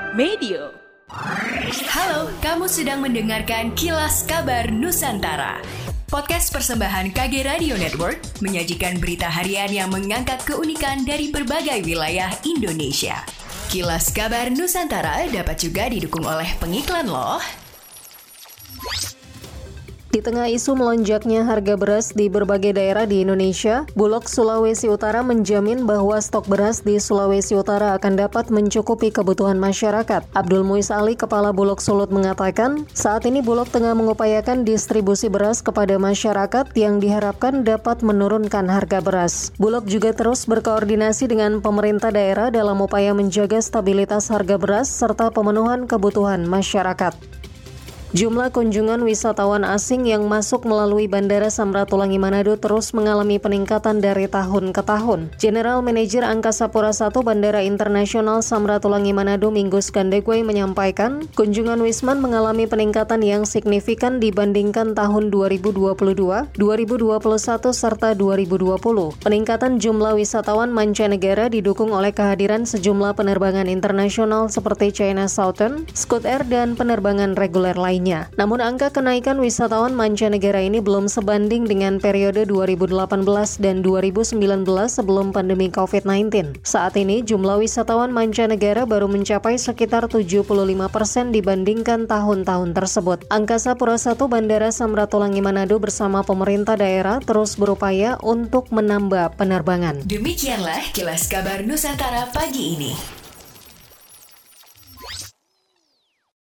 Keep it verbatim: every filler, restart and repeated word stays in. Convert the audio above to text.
Medio. Halo, kamu sedang mendengarkan Kilas Kabar Nusantara. Podcast persembahan K G Radio Network menyajikan berita harian yang mengangkat keunikan dari berbagai wilayah Indonesia. Kilas Kabar Nusantara dapat juga didukung oleh pengiklan loh. Di tengah isu melonjaknya harga beras di berbagai daerah di Indonesia, Bulog Sulawesi Utara menjamin bahwa stok beras di Sulawesi Utara akan dapat mencukupi kebutuhan masyarakat. Abdul Muiz Ali, Kepala Bulog Sulut, mengatakan, saat ini Bulog tengah mengupayakan distribusi beras kepada masyarakat yang diharapkan dapat menurunkan harga beras. Bulog juga terus berkoordinasi dengan pemerintah daerah dalam upaya menjaga stabilitas harga beras serta pemenuhan kebutuhan masyarakat. Jumlah kunjungan wisatawan asing yang masuk melalui Bandara Samratulangi Manado terus mengalami peningkatan dari tahun ke tahun. General Manager Angkasa Pura I Bandara Internasional Samratulangi Manado, Minggu Skandegway, menyampaikan, kunjungan Wisman mengalami peningkatan yang signifikan dibandingkan tahun dua ribu dua puluh dua, dua ribu dua puluh satu, serta dua ribu dua puluh. Peningkatan jumlah wisatawan mancanegara didukung oleh kehadiran sejumlah penerbangan internasional seperti China Southern, Scoot Air, dan penerbangan reguler lain. Namun angka kenaikan wisatawan mancanegara ini belum sebanding dengan periode dua ribu delapan belas dan dua ribu sembilan belas sebelum pandemi covid sembilan belas. Saat ini jumlah wisatawan mancanegara baru mencapai sekitar tujuh puluh lima persen dibandingkan tahun-tahun tersebut. Angkasa Pura I Bandara Samratulangi Manado bersama pemerintah daerah terus berupaya untuk menambah penerbangan. Demikianlah Kilas Kabar Nusantara pagi ini.